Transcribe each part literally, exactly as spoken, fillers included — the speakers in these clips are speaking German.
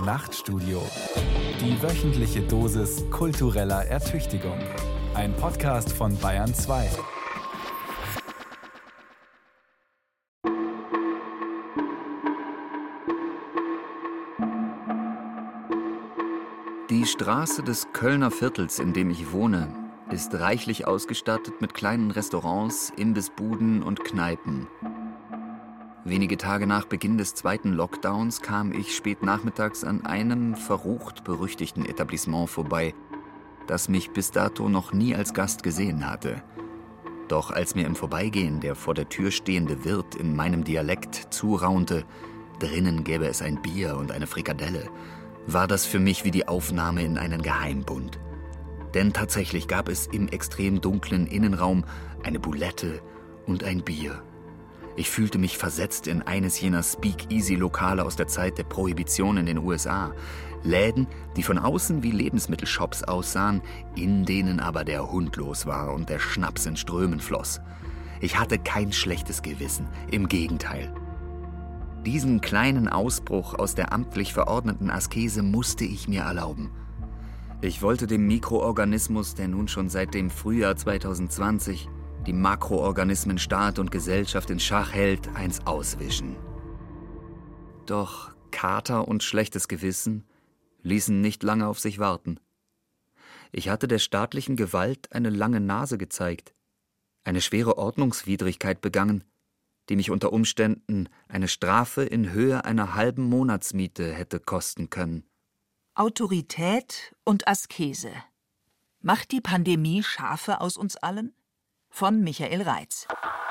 Nachtstudio. Die wöchentliche Dosis kultureller Ertüchtigung. Ein Podcast von Bayern zwei. Die Straße des Kölner Viertels, in dem ich wohne, ist reichlich ausgestattet mit kleinen Restaurants, Imbissbuden und Kneipen. Wenige Tage nach Beginn des zweiten Lockdowns kam ich spät nachmittags an einem verrucht berüchtigten Etablissement vorbei, das mich bis dato noch nie als Gast gesehen hatte. Doch als mir im Vorbeigehen der vor der Tür stehende Wirt in meinem Dialekt zuraunte, drinnen gäbe es ein Bier und eine Frikadelle, war das für mich wie die Aufnahme in einen Geheimbund. Denn tatsächlich gab es im extrem dunklen Innenraum eine Boulette und ein Bier. Ich fühlte mich versetzt in eines jener Speak-Easy-Lokale aus der Zeit der Prohibition in den U S A. Läden, die von außen wie Lebensmittelshops aussahen, in denen aber der Hund los war und der Schnaps in Strömen floss. Ich hatte kein schlechtes Gewissen, im Gegenteil. Diesen kleinen Ausbruch aus der amtlich verordneten Askese musste ich mir erlauben. Ich wollte dem Mikroorganismus, der nun schon seit dem Frühjahr zwanzig zwanzig die Makroorganismen Staat und Gesellschaft in Schach hält, eins auswischen. Doch Kater und schlechtes Gewissen ließen nicht lange auf sich warten. Ich hatte der staatlichen Gewalt eine lange Nase gezeigt, eine schwere Ordnungswidrigkeit begangen, die mich unter Umständen eine Strafe in Höhe einer halben Monatsmiete hätte kosten können. Autorität und Askese. Macht die Pandemie Schafe aus uns allen? Von Michael Reitz.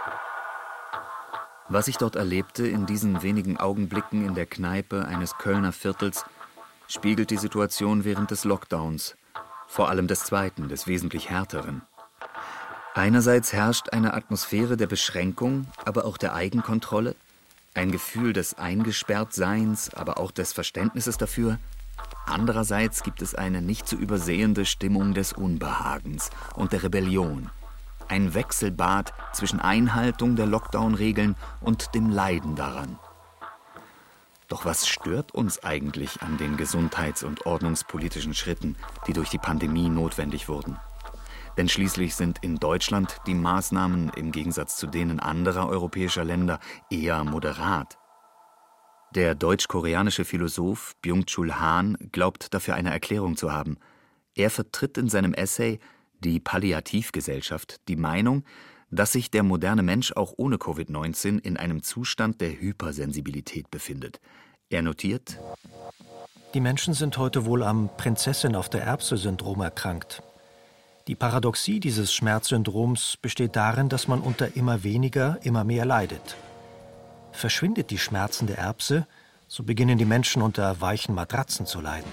Was ich dort erlebte in diesen wenigen Augenblicken in der Kneipe eines Kölner Viertels, spiegelt die Situation während des Lockdowns, vor allem des zweiten, des wesentlich härteren. Einerseits herrscht eine Atmosphäre der Beschränkung, aber auch der Eigenkontrolle, ein Gefühl des Eingesperrtseins, aber auch des Verständnisses dafür. Andererseits gibt es eine nicht zu übersehende Stimmung des Unbehagens und der Rebellion. Ein Wechselbad zwischen Einhaltung der Lockdown-Regeln und dem Leiden daran. Doch was stört uns eigentlich an den gesundheits- und ordnungspolitischen Schritten, die durch die Pandemie notwendig wurden? Denn schließlich sind in Deutschland die Maßnahmen im Gegensatz zu denen anderer europäischer Länder eher moderat. Der deutsch-koreanische Philosoph Byung-Chul Han glaubt dafür eine Erklärung zu haben. Er vertritt in seinem Essay Die Palliativgesellschaft die Meinung, dass sich der moderne Mensch auch ohne Covid neunzehn in einem Zustand der Hypersensibilität befindet. Er notiert: Die Menschen sind heute wohl am Prinzessin auf der Erbse-Syndrom erkrankt. Die Paradoxie dieses Schmerzsyndroms besteht darin, dass man unter immer weniger immer mehr leidet. Verschwindet die Schmerzen der Erbse, so beginnen die Menschen unter weichen Matratzen zu leiden.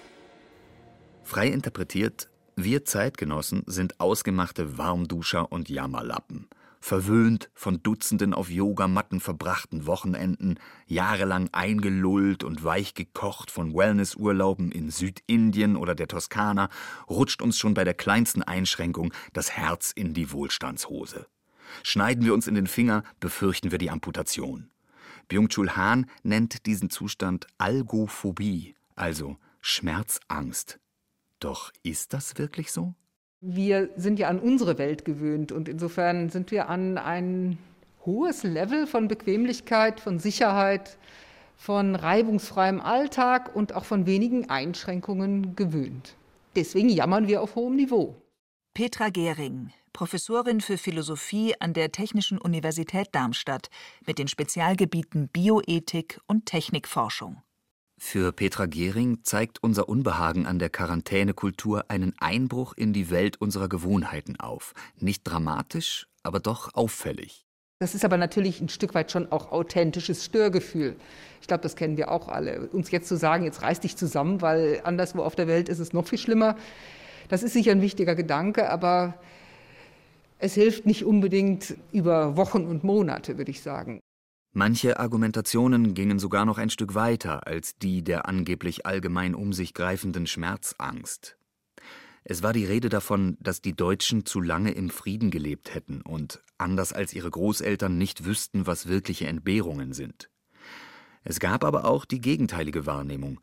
Frei interpretiert: Wir Zeitgenossen sind ausgemachte Warmduscher und Jammerlappen, verwöhnt von Dutzenden auf Yogamatten verbrachten Wochenenden, jahrelang eingelullt und weich gekocht von Wellnessurlauben in Südindien oder der Toskana, rutscht uns schon bei der kleinsten Einschränkung das Herz in die Wohlstandshose. Schneiden wir uns in den Finger, befürchten wir die Amputation. Byung-Chul Han nennt diesen Zustand Algophobie, also Schmerzangst. Doch ist das wirklich so? Wir sind ja an unsere Welt gewöhnt und insofern sind wir an ein hohes Level von Bequemlichkeit, von Sicherheit, von reibungsfreiem Alltag und auch von wenigen Einschränkungen gewöhnt. Deswegen jammern wir auf hohem Niveau. Petra Gehring, Professorin für Philosophie an der Technischen Universität Darmstadt mit den Spezialgebieten Bioethik und Technikforschung. Für Petra Gehring zeigt unser Unbehagen an der Quarantänekultur einen Einbruch in die Welt unserer Gewohnheiten auf. Nicht dramatisch, aber doch auffällig. Das ist aber natürlich ein Stück weit schon auch authentisches Störgefühl. Ich glaube, das kennen wir auch alle. Uns jetzt zu sagen, jetzt reiß dich zusammen, weil anderswo auf der Welt ist es noch viel schlimmer. Das ist sicher ein wichtiger Gedanke, aber es hilft nicht unbedingt über Wochen und Monate, würde ich sagen. Manche Argumentationen gingen sogar noch ein Stück weiter als die der angeblich allgemein um sich greifenden Schmerzangst. Es war die Rede davon, dass die Deutschen zu lange im Frieden gelebt hätten und, anders als ihre Großeltern, nicht wüssten, was wirkliche Entbehrungen sind. Es gab aber auch die gegenteilige Wahrnehmung,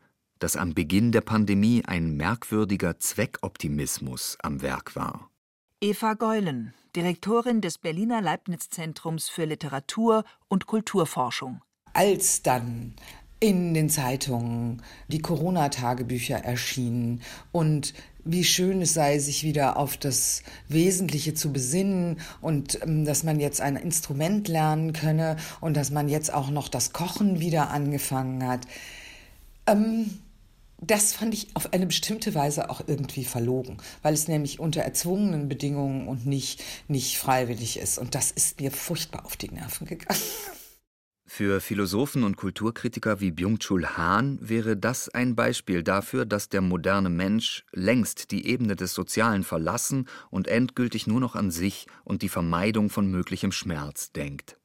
dass am Beginn der Pandemie ein merkwürdiger Zweckoptimismus am Werk war. Eva Geulen, Direktorin des Berliner Leibniz-Zentrums für Literatur- und Kulturforschung. Als dann in den Zeitungen die Corona-Tagebücher erschienen und wie schön es sei, sich wieder auf das Wesentliche zu besinnen und ähm, dass man jetzt ein Instrument lernen könne und dass man jetzt auch noch das Kochen wieder angefangen hat. Ähm, das fand ich auf eine bestimmte Weise auch irgendwie verlogen, weil es nämlich unter erzwungenen Bedingungen und nicht, nicht freiwillig ist. Und das ist mir furchtbar auf die Nerven gegangen. Für Philosophen und Kulturkritiker wie Byung-Chul Han wäre das ein Beispiel dafür, dass der moderne Mensch längst die Ebene des Sozialen verlassen und endgültig nur noch an sich und die Vermeidung von möglichem Schmerz denkt.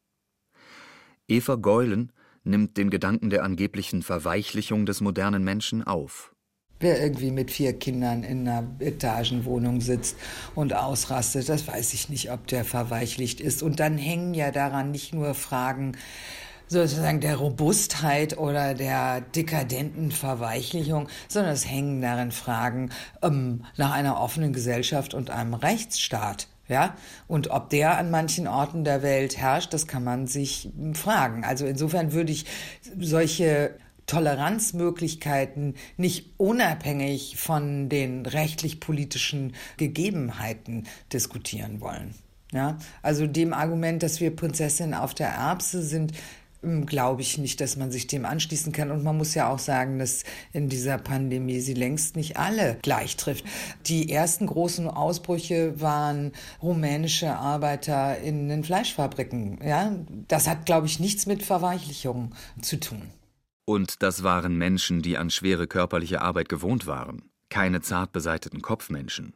Eva Geulen nimmt den Gedanken der angeblichen Verweichlichung des modernen Menschen auf. Wer irgendwie mit vier Kindern in einer Etagenwohnung sitzt und ausrastet, das weiß ich nicht, ob der verweichlicht ist. Und dann hängen ja daran nicht nur Fragen sozusagen der Robustheit oder der dekadenten Verweichlichung, sondern es hängen darin Fragen ähm, nach einer offenen Gesellschaft und einem Rechtsstaat. Ja, und ob der an manchen Orten der Welt herrscht, das kann man sich fragen. Also insofern würde ich solche Toleranzmöglichkeiten nicht unabhängig von den rechtlich-politischen Gegebenheiten diskutieren wollen. Ja, also dem Argument, dass wir Prinzessin auf der Erbse sind, glaube ich nicht, dass man sich dem anschließen kann. Und man muss ja auch sagen, dass in dieser Pandemie sie längst nicht alle gleich trifft. Die ersten großen Ausbrüche waren rumänische Arbeiter in den Fleischfabriken. Ja, das hat, glaube ich, nichts mit Verweichlichung zu tun. Und das waren Menschen, die an schwere körperliche Arbeit gewohnt waren, keine zart beseiteten Kopfmenschen.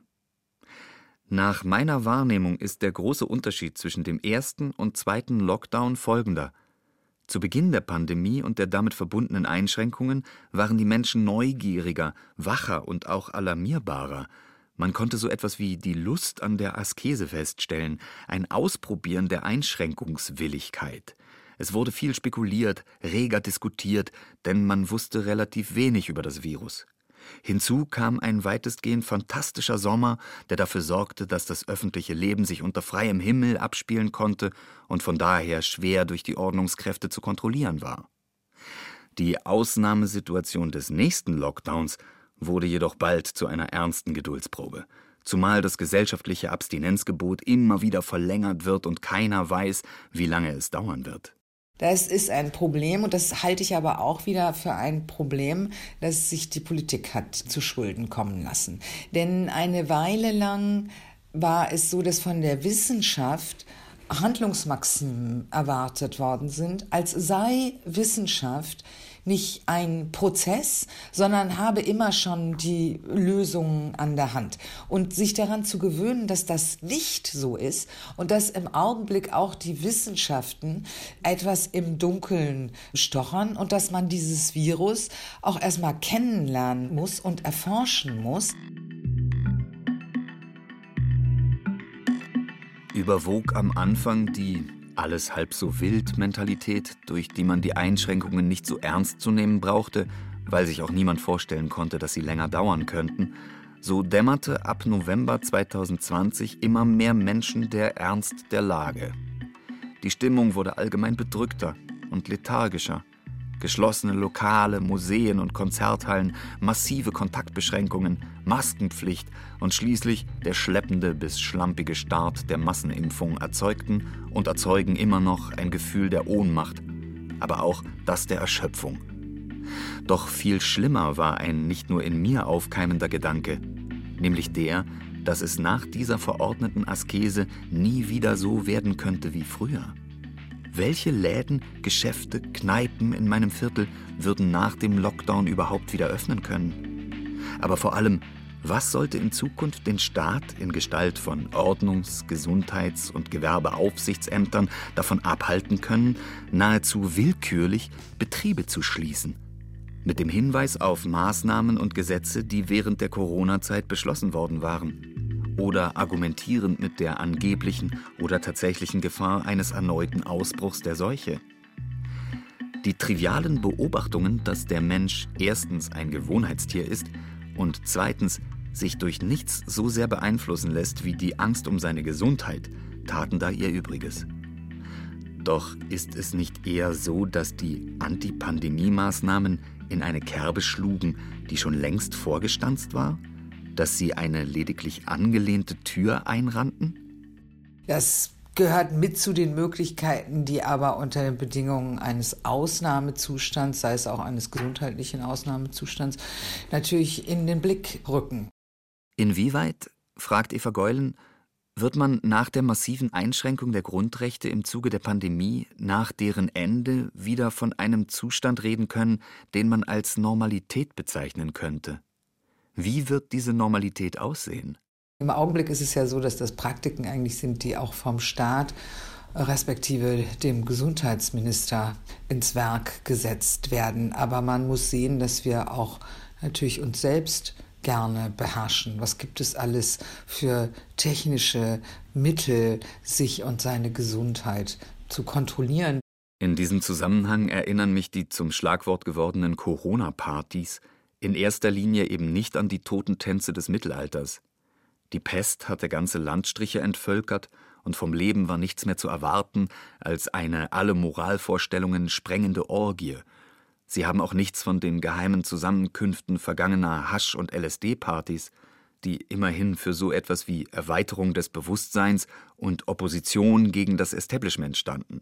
Nach meiner Wahrnehmung ist der große Unterschied zwischen dem ersten und zweiten Lockdown folgender. Zu Beginn der Pandemie und der damit verbundenen Einschränkungen waren die Menschen neugieriger, wacher und auch alarmierbarer. Man konnte so etwas wie die Lust an der Askese feststellen, ein Ausprobieren der Einschränkungswilligkeit. Es wurde viel spekuliert, reger diskutiert, denn man wusste relativ wenig über das Virus. Hinzu kam ein weitestgehend fantastischer Sommer, der dafür sorgte, dass das öffentliche Leben sich unter freiem Himmel abspielen konnte und von daher schwer durch die Ordnungskräfte zu kontrollieren war. Die Ausnahmesituation des nächsten Lockdowns wurde jedoch bald zu einer ernsten Geduldsprobe, zumal das gesellschaftliche Abstinenzgebot immer wieder verlängert wird und keiner weiß, wie lange es dauern wird. Das ist ein Problem und das halte ich aber auch wieder für ein Problem, das sich die Politik hat zu Schulden kommen lassen. Denn eine Weile lang war es so, dass von der Wissenschaft Handlungsmaximen erwartet worden sind, als sei Wissenschaft nicht ein Prozess, sondern habe immer schon die Lösungen an der Hand. Und sich daran zu gewöhnen, dass das nicht so ist und dass im Augenblick auch die Wissenschaften etwas im Dunkeln stochern und dass man dieses Virus auch erstmal kennenlernen muss und erforschen muss. Überwog am Anfang die alles halb so wild Mentalität, durch die man die Einschränkungen nicht so ernst zu nehmen brauchte, weil sich auch niemand vorstellen konnte, dass sie länger dauern könnten, so dämmerte ab November zweitausendzwanzig immer mehr Menschen der Ernst der Lage. Die Stimmung wurde allgemein bedrückter und lethargischer. Geschlossene Lokale, Museen und Konzerthallen, massive Kontaktbeschränkungen, Maskenpflicht und schließlich der schleppende bis schlampige Start der Massenimpfung erzeugten und erzeugen immer noch ein Gefühl der Ohnmacht, aber auch das der Erschöpfung. Doch viel schlimmer war ein nicht nur in mir aufkeimender Gedanke, nämlich der, dass es nach dieser verordneten Askese nie wieder so werden könnte wie früher. Welche Läden, Geschäfte, Kneipen in meinem Viertel würden nach dem Lockdown überhaupt wieder öffnen können? Aber vor allem, was sollte in Zukunft den Staat in Gestalt von Ordnungs-, Gesundheits- und Gewerbeaufsichtsämtern davon abhalten können, nahezu willkürlich Betriebe zu schließen? Mit dem Hinweis auf Maßnahmen und Gesetze, die während der Corona-Zeit beschlossen worden waren. Oder argumentierend mit der angeblichen oder tatsächlichen Gefahr eines erneuten Ausbruchs der Seuche. Die trivialen Beobachtungen, dass der Mensch erstens ein Gewohnheitstier ist und zweitens sich durch nichts so sehr beeinflussen lässt wie die Angst um seine Gesundheit, taten da ihr Übriges. Doch ist es nicht eher so, dass die Anti-Pandemie-Maßnahmen in eine Kerbe schlugen, die schon längst vorgestanzt war? Dass sie eine lediglich angelehnte Tür einrannten? Das gehört mit zu den Möglichkeiten, die aber unter den Bedingungen eines Ausnahmezustands, sei es auch eines gesundheitlichen Ausnahmezustands, natürlich in den Blick rücken. Inwieweit, fragt Eva Geulen, wird man nach der massiven Einschränkung der Grundrechte im Zuge der Pandemie, nach deren Ende, wieder von einem Zustand reden können, den man als Normalität bezeichnen könnte? Wie wird diese Normalität aussehen? Im Augenblick ist es ja so, dass das Praktiken eigentlich sind, die auch vom Staat respektive dem Gesundheitsminister ins Werk gesetzt werden. Aber man muss sehen, dass wir auch natürlich uns selbst gerne beherrschen. Was gibt es alles für technische Mittel, sich und seine Gesundheit zu kontrollieren? In diesem Zusammenhang erinnern mich die zum Schlagwort gewordenen Corona-Partys in erster Linie eben nicht an die Totentänze des Mittelalters. Die Pest hatte ganze Landstriche entvölkert und vom Leben war nichts mehr zu erwarten als eine alle Moralvorstellungen sprengende Orgie. Sie haben auch nichts von den geheimen Zusammenkünften vergangener Hasch- und L S D-Partys, die immerhin für so etwas wie Erweiterung des Bewusstseins und Opposition gegen das Establishment standen.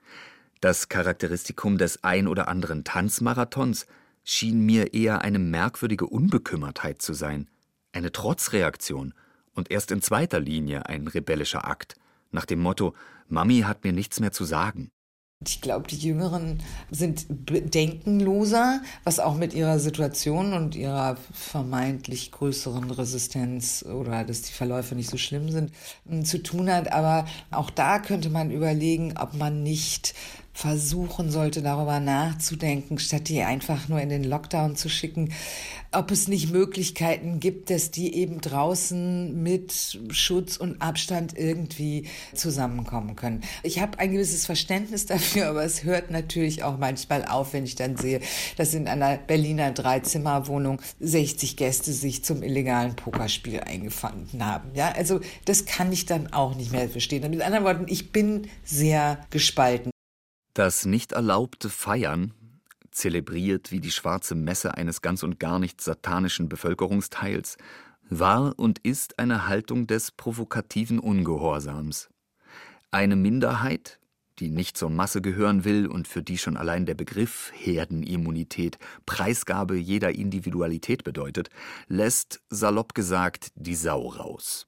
Das Charakteristikum des ein oder anderen Tanzmarathons schien mir eher eine merkwürdige Unbekümmertheit zu sein, eine Trotzreaktion und erst in zweiter Linie ein rebellischer Akt, nach dem Motto, Mami hat mir nichts mehr zu sagen. Ich glaube, die Jüngeren sind bedenkenloser, was auch mit ihrer Situation und ihrer vermeintlich größeren Resistenz oder dass die Verläufe nicht so schlimm sind, zu tun hat. Aber auch da könnte man überlegen, ob man nicht versuchen sollte, darüber nachzudenken, statt die einfach nur in den Lockdown zu schicken, ob es nicht Möglichkeiten gibt, dass die eben draußen mit Schutz und Abstand irgendwie zusammenkommen können. Ich habe ein gewisses Verständnis dafür, aber es hört natürlich auch manchmal auf, wenn ich dann sehe, dass in einer Berliner Dreizimmerwohnung sechzig Gäste sich zum illegalen Pokerspiel eingefunden haben. Ja, also das kann ich dann auch nicht mehr verstehen. Mit anderen Worten, ich bin sehr gespalten. Das nicht erlaubte Feiern, zelebriert wie die schwarze Messe eines ganz und gar nicht satanischen Bevölkerungsteils, war und ist eine Haltung des provokativen Ungehorsams. Eine Minderheit, die nicht zur Masse gehören will und für die schon allein der Begriff Herdenimmunität Preisgabe jeder Individualität bedeutet, lässt, salopp gesagt, die Sau raus.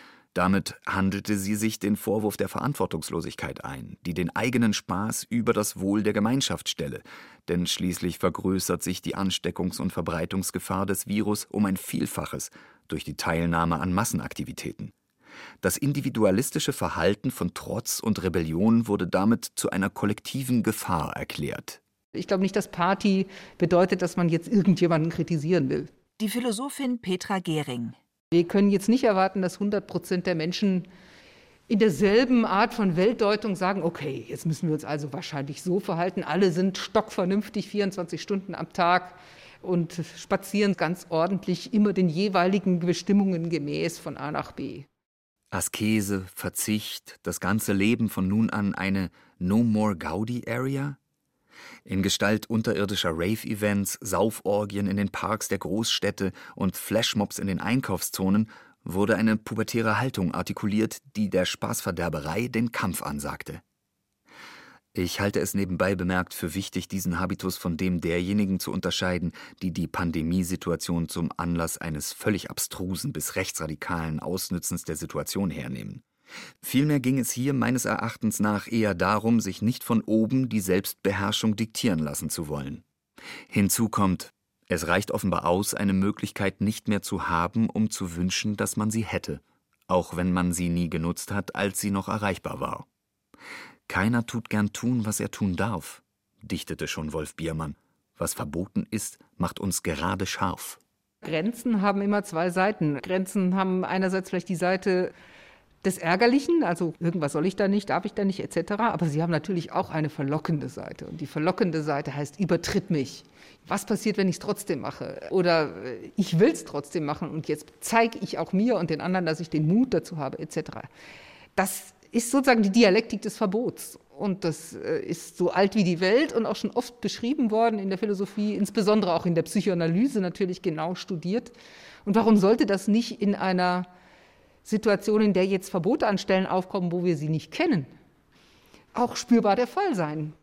Damit handelte sie sich den Vorwurf der Verantwortungslosigkeit ein, die den eigenen Spaß über das Wohl der Gemeinschaft stelle, denn schließlich vergrößert sich die Ansteckungs- und Verbreitungsgefahr des Virus um ein Vielfaches durch die Teilnahme an Massenaktivitäten. Das individualistische Verhalten von Trotz und Rebellion wurde damit zu einer kollektiven Gefahr erklärt. Ich glaube nicht, dass Party bedeutet, dass man jetzt irgendjemanden kritisieren will. Die Philosophin Petra Gehring. Wir können jetzt nicht erwarten, dass hundert Prozent der Menschen in derselben Art von Weltdeutung sagen, okay, jetzt müssen wir uns also wahrscheinlich so verhalten, alle sind stockvernünftig vierundzwanzig Stunden am Tag und spazieren ganz ordentlich immer den jeweiligen Bestimmungen gemäß von A nach B. Askese, Verzicht, das ganze Leben von nun an eine No-More-Gaudi-Area? In Gestalt unterirdischer Rave-Events, Sauforgien in den Parks der Großstädte und Flashmobs in den Einkaufszonen wurde eine pubertäre Haltung artikuliert, die der Spaßverderberei den Kampf ansagte. Ich halte es nebenbei bemerkt für wichtig, diesen Habitus von dem derjenigen zu unterscheiden, die die Pandemiesituation zum Anlass eines völlig abstrusen bis rechtsradikalen Ausnützens der Situation hernehmen. Vielmehr ging es hier meines Erachtens nach eher darum, sich nicht von oben die Selbstbeherrschung diktieren lassen zu wollen. Hinzu kommt, es reicht offenbar aus, eine Möglichkeit nicht mehr zu haben, um zu wünschen, dass man sie hätte, auch wenn man sie nie genutzt hat, als sie noch erreichbar war. Keiner tut gern tun, was er tun darf, dichtete schon Wolf Biermann. Was verboten ist, macht uns gerade scharf. Grenzen haben immer zwei Seiten. Grenzen haben einerseits vielleicht die Seite des Ärgerlichen, also irgendwas soll ich da nicht, darf ich da nicht, et cetera. Aber sie haben natürlich auch eine verlockende Seite. Und die verlockende Seite heißt, übertritt mich. Was passiert, wenn ich es trotzdem mache? Oder ich will es trotzdem machen und jetzt zeige ich auch mir und den anderen, dass ich den Mut dazu habe, et cetera. Das ist sozusagen die Dialektik des Verbots. Und das ist so alt wie die Welt und auch schon oft beschrieben worden in der Philosophie, insbesondere auch in der Psychoanalyse natürlich genau studiert. Und warum sollte das nicht in einer Situation, in der jetzt Verbote an Stellen aufkommen, wo wir sie nicht kennen, auch spürbar der Fall sein?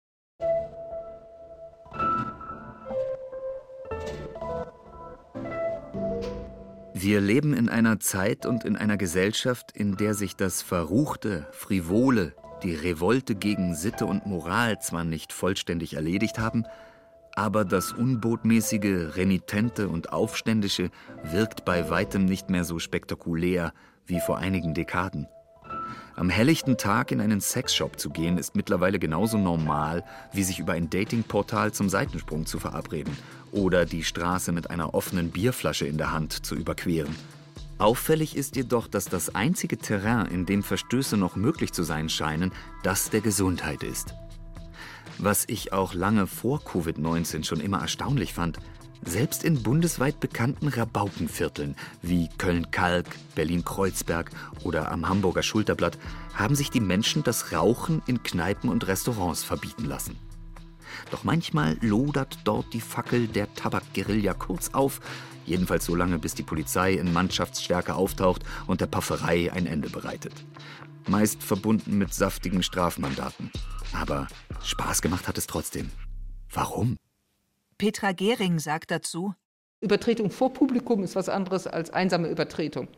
Wir leben in einer Zeit und in einer Gesellschaft, in der sich das Verruchte, Frivole, die Revolte gegen Sitte und Moral zwar nicht vollständig erledigt haben, aber das Unbotmäßige, Renitente und Aufständische wirkt bei weitem nicht mehr so spektakulär wie vor einigen Dekaden. Am helllichten Tag in einen Sexshop zu gehen, ist mittlerweile genauso normal, wie sich über ein Datingportal zum Seitensprung zu verabreden oder die Straße mit einer offenen Bierflasche in der Hand zu überqueren. Auffällig ist jedoch, dass das einzige Terrain, in dem Verstöße noch möglich zu sein scheinen, das der Gesundheit ist. Was ich auch lange vor Covid neunzehn schon immer erstaunlich fand: Selbst in bundesweit bekannten Rabaukenvierteln wie Köln-Kalk, Berlin-Kreuzberg oder am Hamburger Schulterblatt haben sich die Menschen das Rauchen in Kneipen und Restaurants verbieten lassen. Doch manchmal lodert dort die Fackel der Tabakguerilla kurz auf, jedenfalls so lange, bis die Polizei in Mannschaftsstärke auftaucht und der Pafferei ein Ende bereitet. Meist verbunden mit saftigen Strafmandaten. Aber Spaß gemacht hat es trotzdem. Warum? Petra Gehring sagt dazu: Übertretung vor Publikum ist was anderes als einsame Übertretung.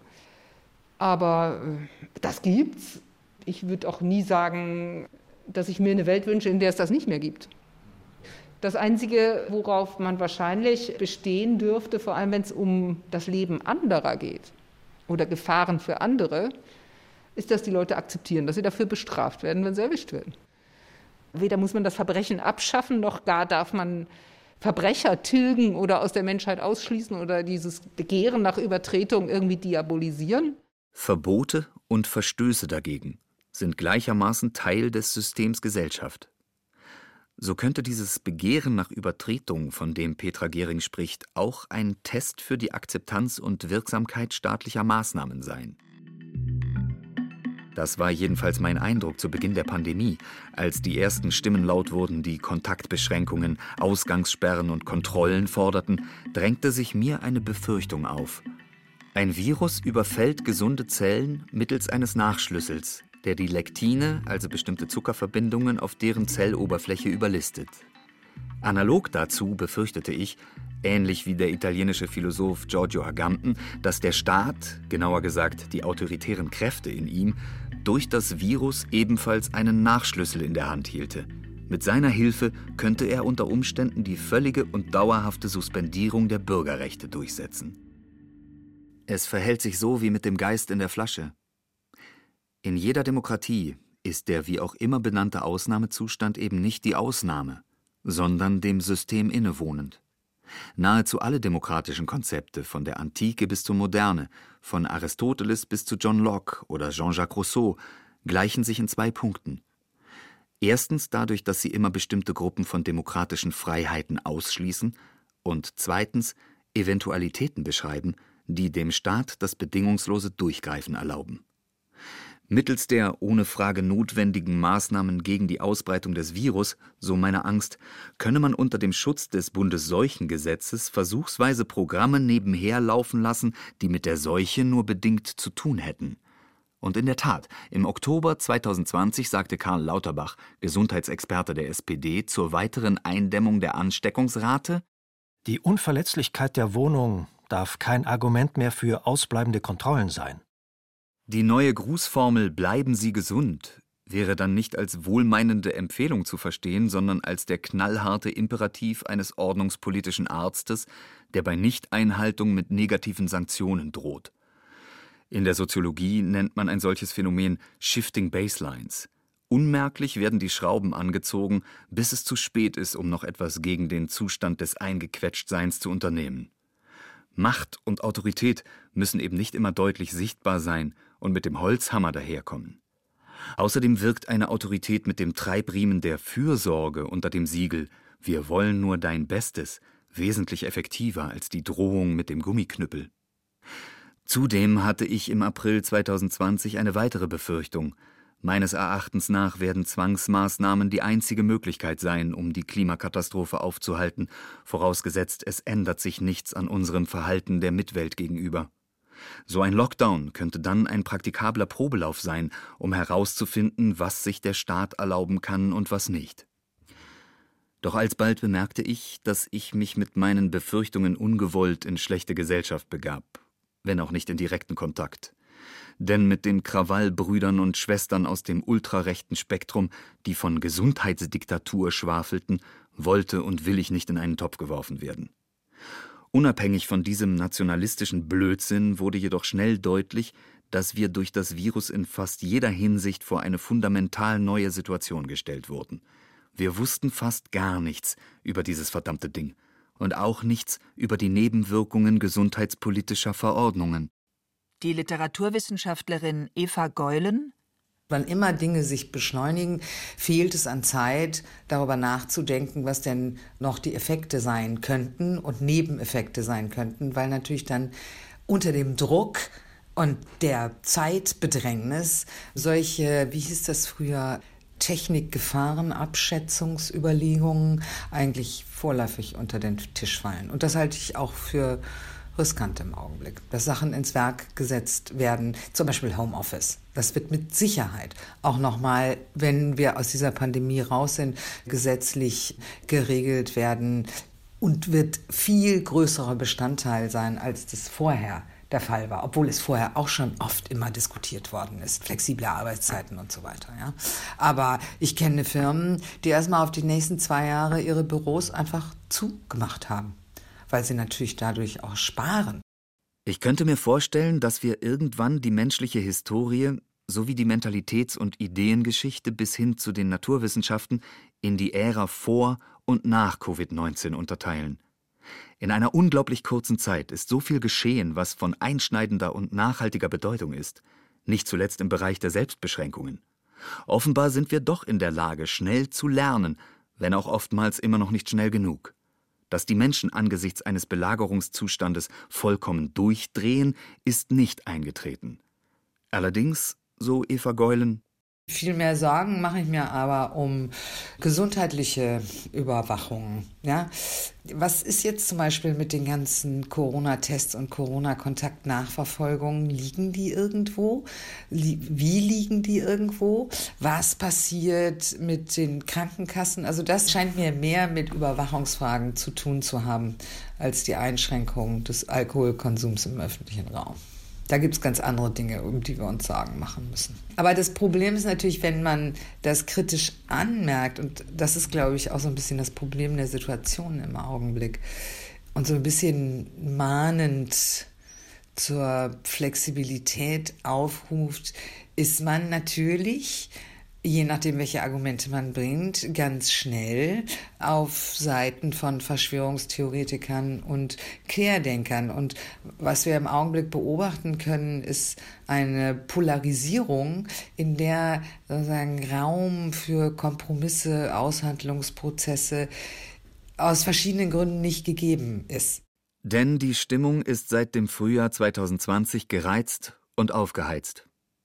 Aber das gibt's. Ich würde auch nie sagen, dass ich mir eine Welt wünsche, in der es das nicht mehr gibt. Das Einzige, worauf man wahrscheinlich bestehen dürfte, vor allem wenn es um das Leben anderer geht oder Gefahren für andere, ist, dass die Leute akzeptieren, dass sie dafür bestraft werden, wenn sie erwischt werden. Weder muss man das Verbrechen abschaffen, noch gar darf man Verbrecher tilgen oder aus der Menschheit ausschließen oder dieses Begehren nach Übertretung irgendwie diabolisieren. Verbote und Verstöße dagegen sind gleichermaßen Teil des Systems Gesellschaft. So könnte dieses Begehren nach Übertretung, von dem Petra Gehring spricht, auch ein Test für die Akzeptanz und Wirksamkeit staatlicher Maßnahmen sein. Das war jedenfalls mein Eindruck zu Beginn der Pandemie, als die ersten Stimmen laut wurden, die Kontaktbeschränkungen, Ausgangssperren und Kontrollen forderten, drängte sich mir eine Befürchtung auf. Ein Virus überfällt gesunde Zellen mittels eines Nachschlüssels, der die Lektine, also bestimmte Zuckerverbindungen, auf deren Zelloberfläche überlistet. Analog dazu befürchtete ich, ähnlich wie der italienische Philosoph Giorgio Agamben, dass der Staat, genauer gesagt die autoritären Kräfte in ihm, durch das Virus ebenfalls einen Nachschlüssel in der Hand hielte. Mit seiner Hilfe könnte er unter Umständen die völlige und dauerhafte Suspendierung der Bürgerrechte durchsetzen. Es verhält sich so wie mit dem Geist in der Flasche. In jeder Demokratie ist der wie auch immer benannte Ausnahmezustand eben nicht die Ausnahme, sondern dem System innewohnend. Nahezu alle demokratischen Konzepte, von der Antike bis zur Moderne, von Aristoteles bis zu John Locke oder Jean-Jacques Rousseau, gleichen sich in zwei Punkten. Erstens dadurch, dass sie immer bestimmte Gruppen von demokratischen Freiheiten ausschließen und zweitens Eventualitäten beschreiben, die dem Staat das bedingungslose Durchgreifen erlauben. Mittels der ohne Frage notwendigen Maßnahmen gegen die Ausbreitung des Virus, so meine Angst, könne man unter dem Schutz des Bundesseuchengesetzes versuchsweise Programme nebenher laufen lassen, die mit der Seuche nur bedingt zu tun hätten. Und in der Tat, im Oktober zweitausendzwanzig sagte Karl Lauterbach, Gesundheitsexperte der S P D, zur weiteren Eindämmung der Ansteckungsrate: Die Unverletzlichkeit der Wohnung darf kein Argument mehr für ausbleibende Kontrollen sein. Die neue Grußformel »Bleiben Sie gesund« wäre dann nicht als wohlmeinende Empfehlung zu verstehen, sondern als der knallharte Imperativ eines ordnungspolitischen Arztes, der bei Nichteinhaltung mit negativen Sanktionen droht. In der Soziologie nennt man ein solches Phänomen Shifting Baselines. Unmerklich werden die Schrauben angezogen, bis es zu spät ist, um noch etwas gegen den Zustand des Eingequetschtseins zu unternehmen. Macht und Autorität müssen eben nicht immer deutlich sichtbar sein und mit dem Holzhammer daherkommen. Außerdem wirkt eine Autorität mit dem Treibriemen der Fürsorge unter dem Siegel »Wir wollen nur dein Bestes« wesentlich effektiver als die Drohung mit dem Gummiknüppel. Zudem hatte ich im April zweitausendzwanzig eine weitere Befürchtung. Meines Erachtens nach werden Zwangsmaßnahmen die einzige Möglichkeit sein, um die Klimakatastrophe aufzuhalten, vorausgesetzt es ändert sich nichts an unserem Verhalten der Mitwelt gegenüber. So ein Lockdown könnte dann ein praktikabler Probelauf sein, um herauszufinden, was sich der Staat erlauben kann und was nicht. Doch alsbald bemerkte ich, dass ich mich mit meinen Befürchtungen ungewollt in schlechte Gesellschaft begab, wenn auch nicht in direkten Kontakt. Denn mit den Krawallbrüdern und Schwestern aus dem ultrarechten Spektrum, die von Gesundheitsdiktatur schwafelten, wollte und will ich nicht in einen Topf geworfen werden. Unabhängig von diesem nationalistischen Blödsinn wurde jedoch schnell deutlich, dass wir durch das Virus in fast jeder Hinsicht vor eine fundamental neue Situation gestellt wurden. Wir wussten fast gar nichts über dieses verdammte Ding und auch nichts über die Nebenwirkungen gesundheitspolitischer Verordnungen. Die Literaturwissenschaftlerin Eva Geulen: Wann immer Dinge sich beschleunigen, fehlt es an Zeit, darüber nachzudenken, was denn noch die Effekte sein könnten und Nebeneffekte sein könnten, weil natürlich dann unter dem Druck und der Zeitbedrängnis solche, wie hieß das früher, Technikgefahrenabschätzungsüberlegungen eigentlich vorläufig unter den Tisch fallen. Und das halte ich auch für riskant im Augenblick, dass Sachen ins Werk gesetzt werden, zum Beispiel Homeoffice. Das wird mit Sicherheit auch nochmal, wenn wir aus dieser Pandemie raus sind, gesetzlich geregelt werden und wird viel größerer Bestandteil sein, als das vorher der Fall war, obwohl es vorher auch schon oft immer diskutiert worden ist, flexible Arbeitszeiten und so weiter. Ja. Aber ich kenne Firmen, die erstmal auf die nächsten zwei Jahre ihre Büros einfach zugemacht haben, weil sie natürlich dadurch auch sparen. Ich könnte mir vorstellen, dass wir irgendwann die menschliche Historie sowie die Mentalitäts- und Ideengeschichte bis hin zu den Naturwissenschaften in die Ära vor und nach Covid neunzehn unterteilen. In einer unglaublich kurzen Zeit ist so viel geschehen, was von einschneidender und nachhaltiger Bedeutung ist, nicht zuletzt im Bereich der Selbstbeschränkungen. Offenbar sind wir doch in der Lage, schnell zu lernen, wenn auch oftmals immer noch nicht schnell genug. Dass die Menschen angesichts eines Belagerungszustandes vollkommen durchdrehen, ist nicht eingetreten. Allerdings, so Eva Geulen, viel mehr Sorgen mache ich mir aber um gesundheitliche Überwachung. Ja? Was ist jetzt zum Beispiel mit den ganzen Corona-Tests und Corona-Kontaktnachverfolgungen? Liegen die irgendwo? Wie liegen die irgendwo? Was passiert mit den Krankenkassen? Also das scheint mir mehr mit Überwachungsfragen zu tun zu haben, als die Einschränkung des Alkoholkonsums im öffentlichen Raum. Da gibt es ganz andere Dinge, um die wir uns Sorgen machen müssen. Aber das Problem ist natürlich, wenn man das kritisch anmerkt, und das ist, glaube ich, auch so ein bisschen das Problem der Situation im Augenblick, und so ein bisschen mahnend zur Flexibilität aufruft, ist man natürlich, je nachdem, welche Argumente man bringt, ganz schnell auf Seiten von Verschwörungstheoretikern und Querdenkern. Und was wir im Augenblick beobachten können, ist eine Polarisierung, in der sozusagen Raum für Kompromisse, Aushandlungsprozesse aus verschiedenen Gründen nicht gegeben ist. Denn die Stimmung ist seit dem Frühjahr zweitausendzwanzig gereizt und aufgeheizt.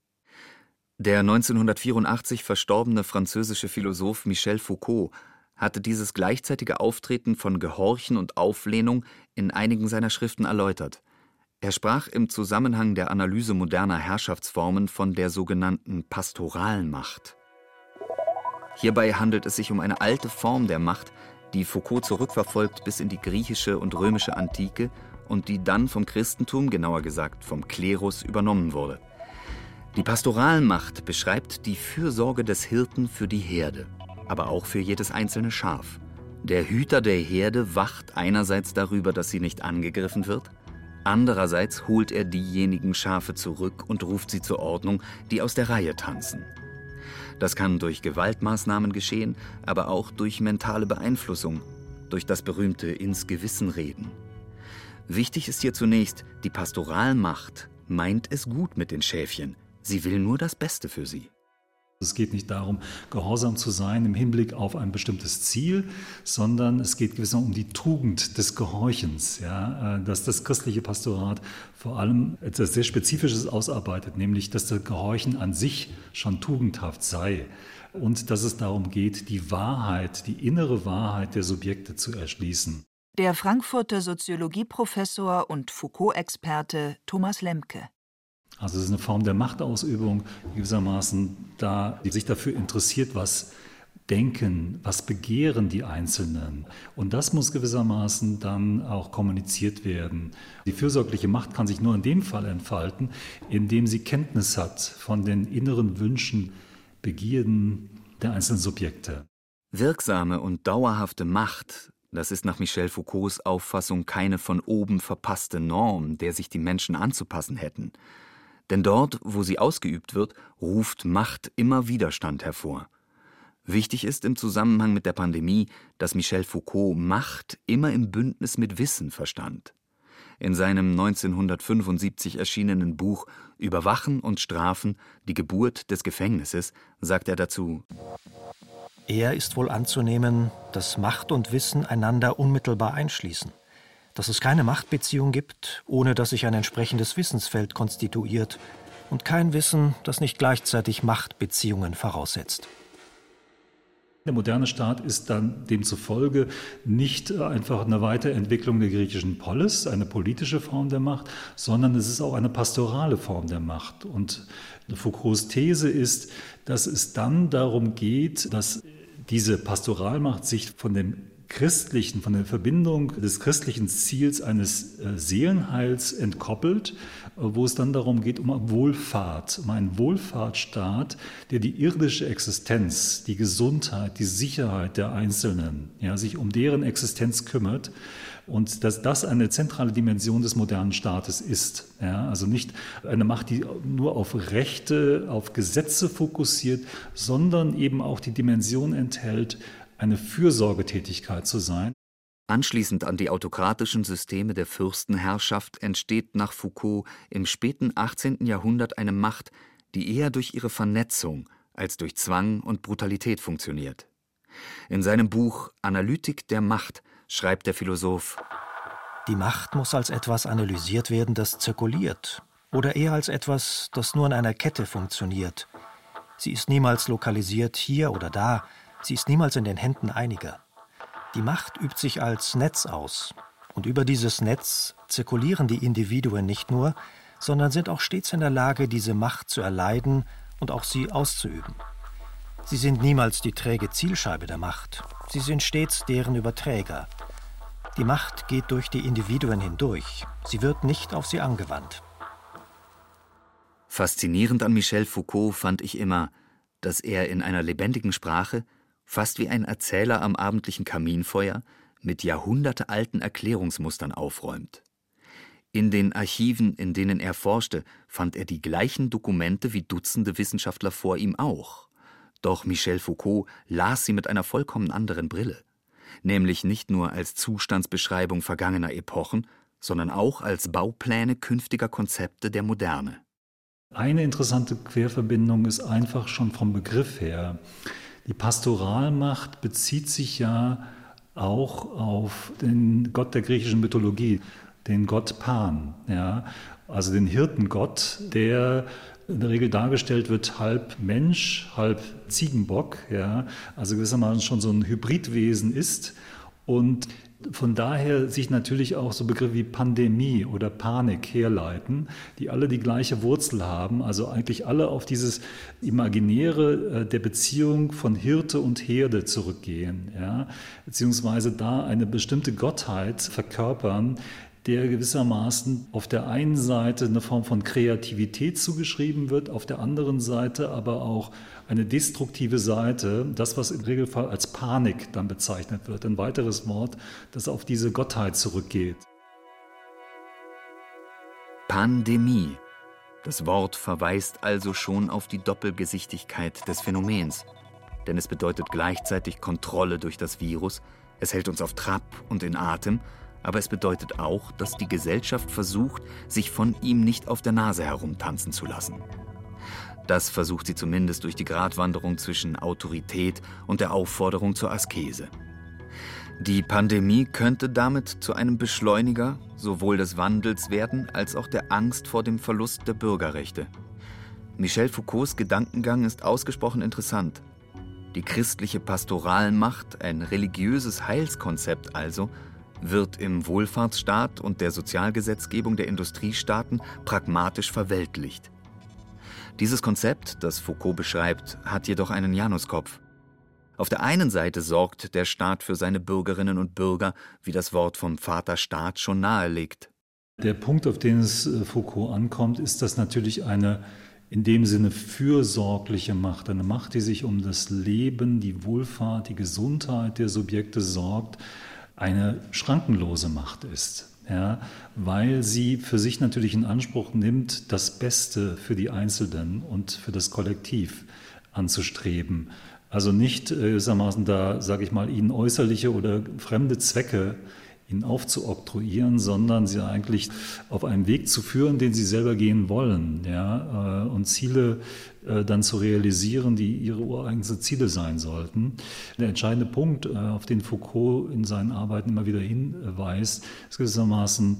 Der neunzehnhundertvierundachtzig verstorbene französische Philosoph Michel Foucault hatte dieses gleichzeitige Auftreten von Gehorchen und Auflehnung in einigen seiner Schriften erläutert. Er sprach im Zusammenhang der Analyse moderner Herrschaftsformen von der sogenannten pastoralen Macht. Hierbei handelt es sich um eine alte Form der Macht, die Foucault zurückverfolgt bis in die griechische und römische Antike und die dann vom Christentum, genauer gesagt vom Klerus, übernommen wurde. Die Pastoralmacht beschreibt die Fürsorge des Hirten für die Herde, aber auch für jedes einzelne Schaf. Der Hüter der Herde wacht einerseits darüber, dass sie nicht angegriffen wird, andererseits holt er diejenigen Schafe zurück und ruft sie zur Ordnung, die aus der Reihe tanzen. Das kann durch Gewaltmaßnahmen geschehen, aber auch durch mentale Beeinflussung, durch das berühmte ins Gewissen reden. Wichtig ist hier zunächst, die Pastoralmacht meint es gut mit den Schäfchen, Sie will nur das Beste für sie. Es geht nicht darum, gehorsam zu sein im Hinblick auf ein bestimmtes Ziel, sondern es geht gewissermaßen um die Tugend des Gehorchens, ja, dass das christliche Pastorat vor allem etwas sehr Spezifisches ausarbeitet, nämlich dass das Gehorchen an sich schon tugendhaft sei und dass es darum geht, die Wahrheit, die innere Wahrheit der Subjekte zu erschließen. Der Frankfurter Soziologieprofessor und Foucault-Experte Thomas Lemke. Also es ist eine Form der Machtausübung, gewissermaßen da, die sich dafür interessiert, was denken, was begehren die Einzelnen. Und das muss gewissermaßen dann auch kommuniziert werden. Die fürsorgliche Macht kann sich nur in dem Fall entfalten, indem sie Kenntnis hat von den inneren Wünschen, Begierden der einzelnen Subjekte. Wirksame und dauerhafte Macht, das ist nach Michel Foucaults Auffassung keine von oben verpasste Norm, der sich die Menschen anzupassen hätten. Denn dort, wo sie ausgeübt wird, ruft Macht immer Widerstand hervor. Wichtig ist im Zusammenhang mit der Pandemie, dass Michel Foucault Macht immer im Bündnis mit Wissen verstand. In seinem neunzehnhundertfünfundsiebzig erschienenen Buch »Überwachen und Strafen – Die Geburt des Gefängnisses« sagt er dazu: Eher ist wohl anzunehmen, dass Macht und Wissen einander unmittelbar einschließen. Dass es keine Machtbeziehung gibt, ohne dass sich ein entsprechendes Wissensfeld konstituiert, und kein Wissen, das nicht gleichzeitig Machtbeziehungen voraussetzt. Der moderne Staat ist dann demzufolge nicht einfach eine Weiterentwicklung der griechischen Polis, eine politische Form der Macht, sondern es ist auch eine pastorale Form der Macht. Und Foucaults These ist, dass es dann darum geht, dass diese Pastoralmacht sich von dem christlichen, von der Verbindung des christlichen Ziels eines äh, Seelenheils entkoppelt, äh, wo es dann darum geht, um Wohlfahrt, um einen Wohlfahrtsstaat, der die irdische Existenz, die Gesundheit, die Sicherheit der Einzelnen, ja, sich um deren Existenz kümmert. Und dass das eine zentrale Dimension des modernen Staates ist. Ja, also nicht eine Macht, die nur auf Rechte, auf Gesetze fokussiert, sondern eben auch die Dimension enthält, eine Fürsorgetätigkeit zu sein. Anschließend an die autokratischen Systeme der Fürstenherrschaft entsteht nach Foucault im späten achtzehnten Jahrhundert eine Macht, die eher durch ihre Vernetzung als durch Zwang und Brutalität funktioniert. In seinem Buch »Analytik der Macht« schreibt der Philosoph: Die Macht muss als etwas analysiert werden, das zirkuliert, oder eher als etwas, das nur in einer Kette funktioniert. Sie ist niemals lokalisiert hier oder da, sie ist niemals in den Händen einiger. Die Macht übt sich als Netz aus, und über dieses Netz zirkulieren die Individuen nicht nur, sondern sind auch stets in der Lage, diese Macht zu erleiden und auch sie auszuüben. Sie sind niemals die träge Zielscheibe der Macht, sie sind stets deren Überträger. Die Macht geht durch die Individuen hindurch, sie wird nicht auf sie angewandt. Faszinierend an Michel Foucault fand ich immer, dass er in einer lebendigen Sprache, fast wie ein Erzähler am abendlichen Kaminfeuer, mit jahrhundertealten Erklärungsmustern aufräumt. In den Archiven, in denen er forschte, fand er die gleichen Dokumente wie Dutzende Wissenschaftler vor ihm auch. Doch Michel Foucault las sie mit einer vollkommen anderen Brille, nämlich nicht nur als Zustandsbeschreibung vergangener Epochen, sondern auch als Baupläne künftiger Konzepte der Moderne. Eine interessante Querverbindung ist einfach schon vom Begriff her. Die Pastoralmacht bezieht sich ja auch auf den Gott der griechischen Mythologie, den Gott Pan, ja, also den Hirtengott, der in der Regel dargestellt wird halb Mensch, halb Ziegenbock, ja, also gewissermaßen schon so ein Hybridwesen ist und von daher sich natürlich auch so Begriffe wie Pandemie oder Panik herleiten, die alle die gleiche Wurzel haben, also eigentlich alle auf dieses Imaginäre der Beziehung von Hirte und Herde zurückgehen, ja, beziehungsweise da eine bestimmte Gottheit verkörpern, der gewissermaßen auf der einen Seite eine Form von Kreativität zugeschrieben wird, auf der anderen Seite aber auch eine destruktive Seite, das, was im Regelfall als Panik dann bezeichnet wird, ein weiteres Wort, das auf diese Gottheit zurückgeht. Pandemie. Das Wort verweist also schon auf die Doppelgesichtigkeit des Phänomens, denn es bedeutet gleichzeitig Kontrolle durch das Virus, es hält uns auf Trab und in Atem, aber es bedeutet auch, dass die Gesellschaft versucht, sich von ihm nicht auf der Nase herumtanzen zu lassen. Das versucht sie zumindest durch die Gratwanderung zwischen Autorität und der Aufforderung zur Askese. Die Pandemie könnte damit zu einem Beschleuniger sowohl des Wandels werden, als auch der Angst vor dem Verlust der Bürgerrechte. Michel Foucaults Gedankengang ist ausgesprochen interessant. Die christliche Pastoralmacht, ein religiöses Heilskonzept also, wird im Wohlfahrtsstaat und der Sozialgesetzgebung der Industriestaaten pragmatisch verweltlicht. Dieses Konzept, das Foucault beschreibt, hat jedoch einen Januskopf. Auf der einen Seite sorgt der Staat für seine Bürgerinnen und Bürger, wie das Wort vom Vater Staat schon nahelegt. Der Punkt, auf den es Foucault ankommt, ist, dass natürlich eine in dem Sinne fürsorgliche Macht, eine Macht, die sich um das Leben, die Wohlfahrt, die Gesundheit der Subjekte sorgt, eine schrankenlose Macht ist. Ja, weil sie für sich natürlich in Anspruch nimmt, das Beste für die Einzelnen und für das Kollektiv anzustreben. Also nicht gewissermaßen da, sage ich mal, ihnen äußerliche oder fremde Zwecke ihnen aufzuoktroyieren, sondern sie eigentlich auf einen Weg zu führen, den sie selber gehen wollen, ja, und Ziele dann zu realisieren, die ihre ureigensten Ziele sein sollten. Der entscheidende Punkt, auf den Foucault in seinen Arbeiten immer wieder hinweist, ist gewissermaßen,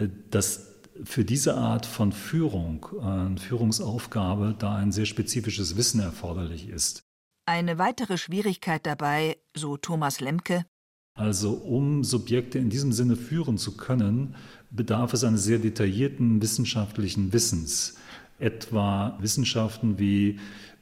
dass für diese Art von Führung, Führungsaufgabe, da ein sehr spezifisches Wissen erforderlich ist. Eine weitere Schwierigkeit dabei, so Thomas Lemke: Also um Subjekte in diesem Sinne führen zu können, bedarf es eines sehr detaillierten wissenschaftlichen Wissens. Etwa Wissenschaften wie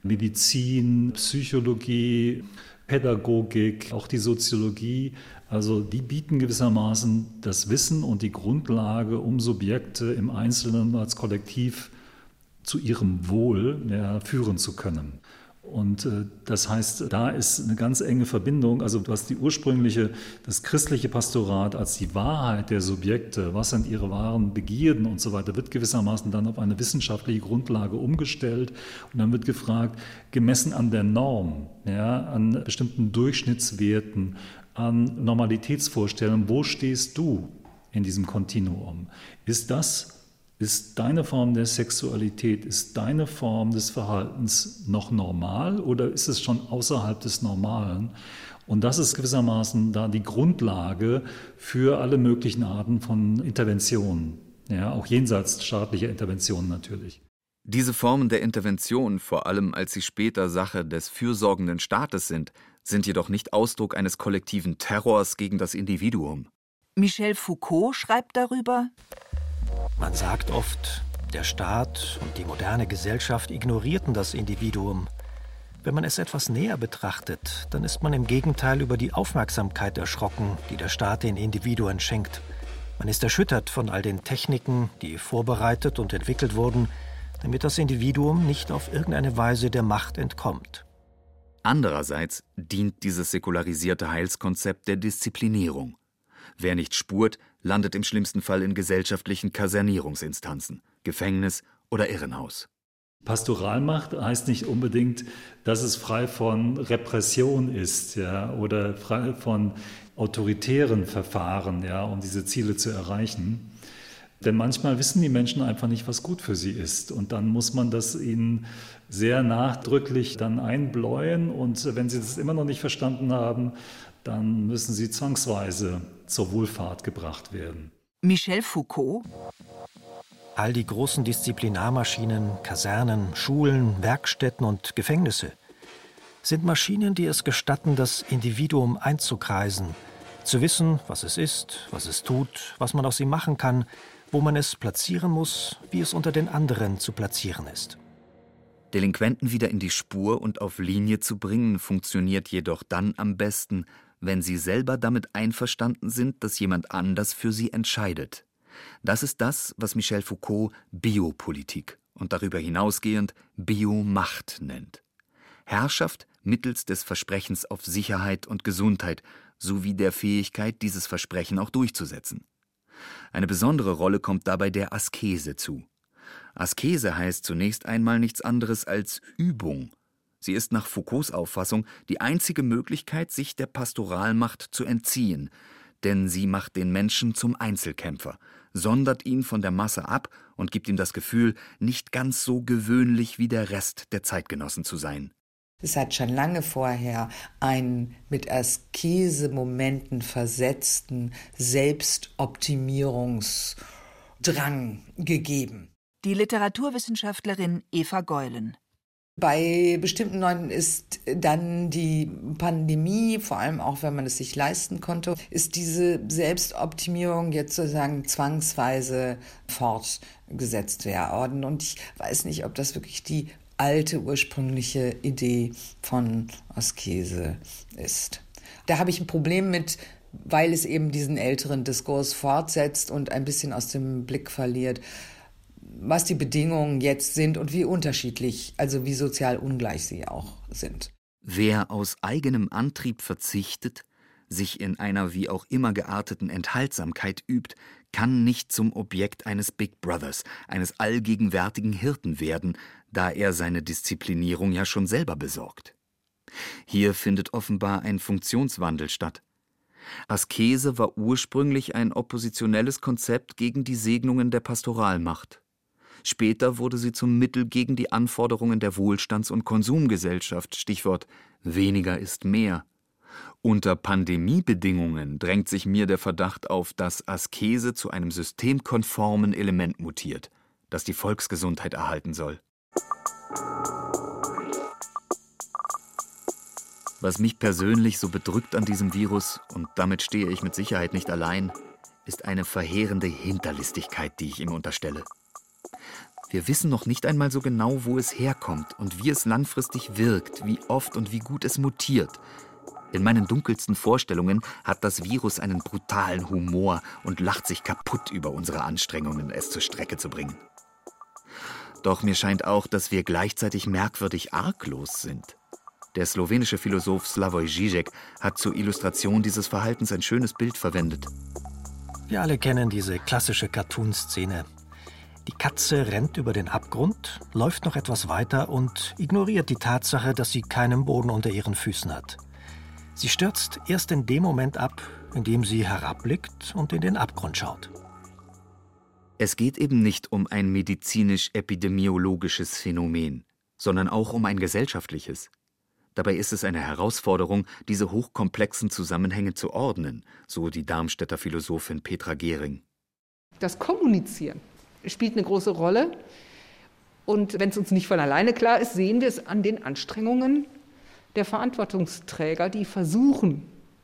Medizin, Psychologie, Pädagogik, auch die Soziologie. Also die bieten gewissermaßen das Wissen und die Grundlage, um Subjekte im Einzelnen als Kollektiv zu ihrem Wohl, ja, führen zu können. Und äh, das heißt, da ist eine ganz enge Verbindung, also was die ursprüngliche, das christliche Pastorat als die Wahrheit der Subjekte, was sind ihre wahren Begierden und so weiter, wird gewissermaßen dann auf eine wissenschaftliche Grundlage umgestellt und dann wird gefragt, gemessen an der Norm, ja, an bestimmten Durchschnittswerten, an Normalitätsvorstellungen, wo stehst du in diesem Kontinuum? Ist das Ist deine Form der Sexualität, ist deine Form des Verhaltens noch normal oder ist es schon außerhalb des Normalen? Und das ist gewissermaßen da die Grundlage für alle möglichen Arten von Interventionen, ja, auch jenseits staatlicher Interventionen natürlich. Diese Formen der Intervention, vor allem als sie später Sache des fürsorgenden Staates sind, sind jedoch nicht Ausdruck eines kollektiven Terrors gegen das Individuum. Michel Foucault schreibt darüber: Man sagt oft, der Staat und die moderne Gesellschaft ignorierten das Individuum. Wenn man es etwas näher betrachtet, dann ist man im Gegenteil über die Aufmerksamkeit erschrocken, die der Staat den Individuen schenkt. Man ist erschüttert von all den Techniken, die vorbereitet und entwickelt wurden, damit das Individuum nicht auf irgendeine Weise der Macht entkommt. Andererseits dient dieses säkularisierte Heilskonzept der Disziplinierung. Wer nicht spurt, landet im schlimmsten Fall in gesellschaftlichen Kasernierungsinstanzen, Gefängnis oder Irrenhaus. Pastoralmacht heißt nicht unbedingt, dass es frei von Repression ist, ja, oder frei von autoritären Verfahren, ja, um diese Ziele zu erreichen. Denn manchmal wissen die Menschen einfach nicht, was gut für sie ist. Und dann muss man das ihnen sehr nachdrücklich dann einbläuen. Und wenn sie das immer noch nicht verstanden haben, dann müssen sie zwangsweise zur Wohlfahrt gebracht werden. Michel Foucault: All die großen Disziplinarmaschinen, Kasernen, Schulen, Werkstätten und Gefängnisse sind Maschinen, die es gestatten, das Individuum einzukreisen, zu wissen, was es ist, was es tut, was man aus ihm machen kann, wo man es platzieren muss, wie es unter den anderen zu platzieren ist. Delinquenten wieder in die Spur und auf Linie zu bringen, funktioniert jedoch dann am besten, wenn sie selber damit einverstanden sind, dass jemand anders für sie entscheidet. Das ist das, was Michel Foucault Biopolitik und darüber hinausgehend Biomacht nennt. Herrschaft mittels des Versprechens auf Sicherheit und Gesundheit sowie der Fähigkeit, dieses Versprechen auch durchzusetzen. Eine besondere Rolle kommt dabei der Askese zu. Askese heißt zunächst einmal nichts anderes als Übung. Sie ist nach Foucaults Auffassung die einzige Möglichkeit, sich der Pastoralmacht zu entziehen, denn sie macht den Menschen zum Einzelkämpfer, sondert ihn von der Masse ab und gibt ihm das Gefühl, nicht ganz so gewöhnlich wie der Rest der Zeitgenossen zu sein. Es hat schon lange vorher einen mit Askese-Momenten versetzten Selbstoptimierungsdrang gegeben. Die Literaturwissenschaftlerin Eva Geulen. Bei bestimmten Leuten ist dann die Pandemie, vor allem auch wenn man es sich leisten konnte, ist diese Selbstoptimierung jetzt sozusagen zwangsweise fortgesetzt werden. Und ich weiß nicht, ob das wirklich die alte ursprüngliche Idee von Askese ist. Da habe ich ein Problem mit, weil es eben diesen älteren Diskurs fortsetzt und ein bisschen aus dem Blick verliert, was die Bedingungen jetzt sind und wie unterschiedlich, also wie sozial ungleich sie auch sind. Wer aus eigenem Antrieb verzichtet, sich in einer wie auch immer gearteten Enthaltsamkeit übt, kann nicht zum Objekt eines Big Brothers, eines allgegenwärtigen Hirten werden, da er seine Disziplinierung ja schon selber besorgt. Hier findet offenbar ein Funktionswandel statt. Askese war ursprünglich ein oppositionelles Konzept gegen die Segnungen der Pastoralmacht. Später wurde sie zum Mittel gegen die Anforderungen der Wohlstands- und Konsumgesellschaft, Stichwort weniger ist mehr. Unter Pandemiebedingungen drängt sich mir der Verdacht auf, dass Askese zu einem systemkonformen Element mutiert, das die Volksgesundheit erhalten soll. Was mich persönlich so bedrückt an diesem Virus, und damit stehe ich mit Sicherheit nicht allein, ist eine verheerende Hinterlistigkeit, die ich ihm unterstelle. Wir wissen noch nicht einmal so genau, wo es herkommt und wie es langfristig wirkt, wie oft und wie gut es mutiert. In meinen dunkelsten Vorstellungen hat das Virus einen brutalen Humor und lacht sich kaputt über unsere Anstrengungen, es zur Strecke zu bringen. Doch mir scheint auch, dass wir gleichzeitig merkwürdig arglos sind. Der slowenische Philosoph Slavoj Žižek hat zur Illustration dieses Verhaltens ein schönes Bild verwendet. Wir alle kennen diese klassische Cartoon-Szene. Die Katze rennt über den Abgrund, läuft noch etwas weiter und ignoriert die Tatsache, dass sie keinen Boden unter ihren Füßen hat. Sie stürzt erst in dem Moment ab, in dem sie herabblickt und in den Abgrund schaut. Es geht eben nicht um ein medizinisch-epidemiologisches Phänomen, sondern auch um ein gesellschaftliches. Dabei ist es eine Herausforderung, diese hochkomplexen Zusammenhänge zu ordnen, so die Darmstädter Philosophin Petra Gehring. Das Kommunizieren spielt eine große Rolle. Und wenn es uns nicht von alleine klar ist, sehen wir es an den Anstrengungen der Verantwortungsträger, die versuchen,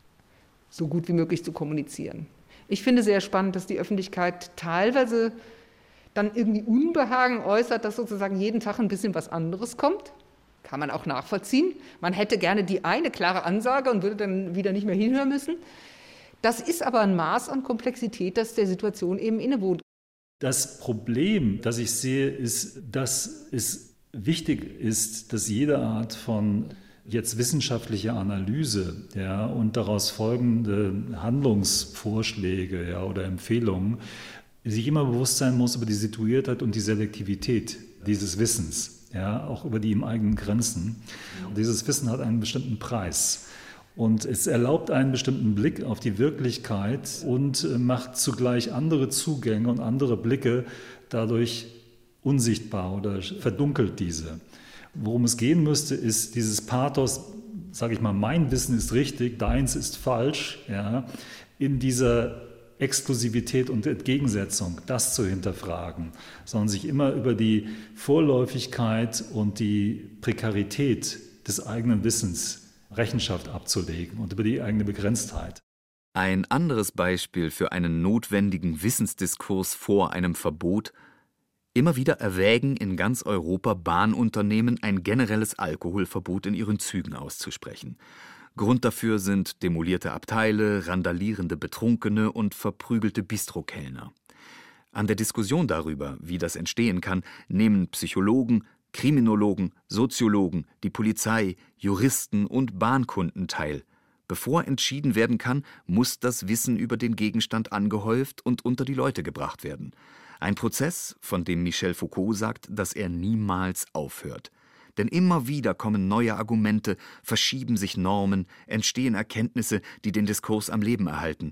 so gut wie möglich zu kommunizieren. Ich finde sehr spannend, dass die Öffentlichkeit teilweise dann irgendwie Unbehagen äußert, dass sozusagen jeden Tag ein bisschen was anderes kommt. Kann man auch nachvollziehen. Man hätte gerne die eine klare Ansage und würde dann wieder nicht mehr hinhören müssen. Das ist aber ein Maß an Komplexität, das der Situation eben innewohnt. Das Problem, das ich sehe, ist, dass es wichtig ist, dass jede Art von jetzt wissenschaftliche Analyse, ja, und daraus folgende Handlungsvorschläge, ja, oder Empfehlungen sich immer bewusst sein muss über die Situiertheit und die Selektivität dieses Wissens, ja, auch über die im eigenen Grenzen. Und dieses Wissen hat einen bestimmten Preis. Und es erlaubt einen bestimmten Blick auf die Wirklichkeit und macht zugleich andere Zugänge und andere Blicke dadurch unsichtbar oder verdunkelt diese. Worum es gehen müsste, ist dieses Pathos, sage ich mal, mein Wissen ist richtig, deins ist falsch, ja, in dieser Exklusivität und Entgegensetzung, das zu hinterfragen, sondern sich immer über die Vorläufigkeit und die Prekarität des eigenen Wissens Rechenschaft abzulegen und über die eigene Begrenztheit. Ein anderes Beispiel für einen notwendigen Wissensdiskurs vor einem Verbot: Immer wieder erwägen in ganz Europa Bahnunternehmen ein generelles Alkoholverbot in ihren Zügen auszusprechen. Grund dafür sind demolierte Abteile, randalierende Betrunkene und verprügelte Bistrokellner. An der Diskussion darüber, wie das entstehen kann, nehmen Psychologen, Kriminologen, Soziologen, die Polizei, Juristen und Bahnkunden teil. Bevor entschieden werden kann, muss das Wissen über den Gegenstand angehäuft und unter die Leute gebracht werden. Ein Prozess, von dem Michel Foucault sagt, dass er niemals aufhört. Denn immer wieder kommen neue Argumente, verschieben sich Normen, entstehen Erkenntnisse, die den Diskurs am Leben erhalten.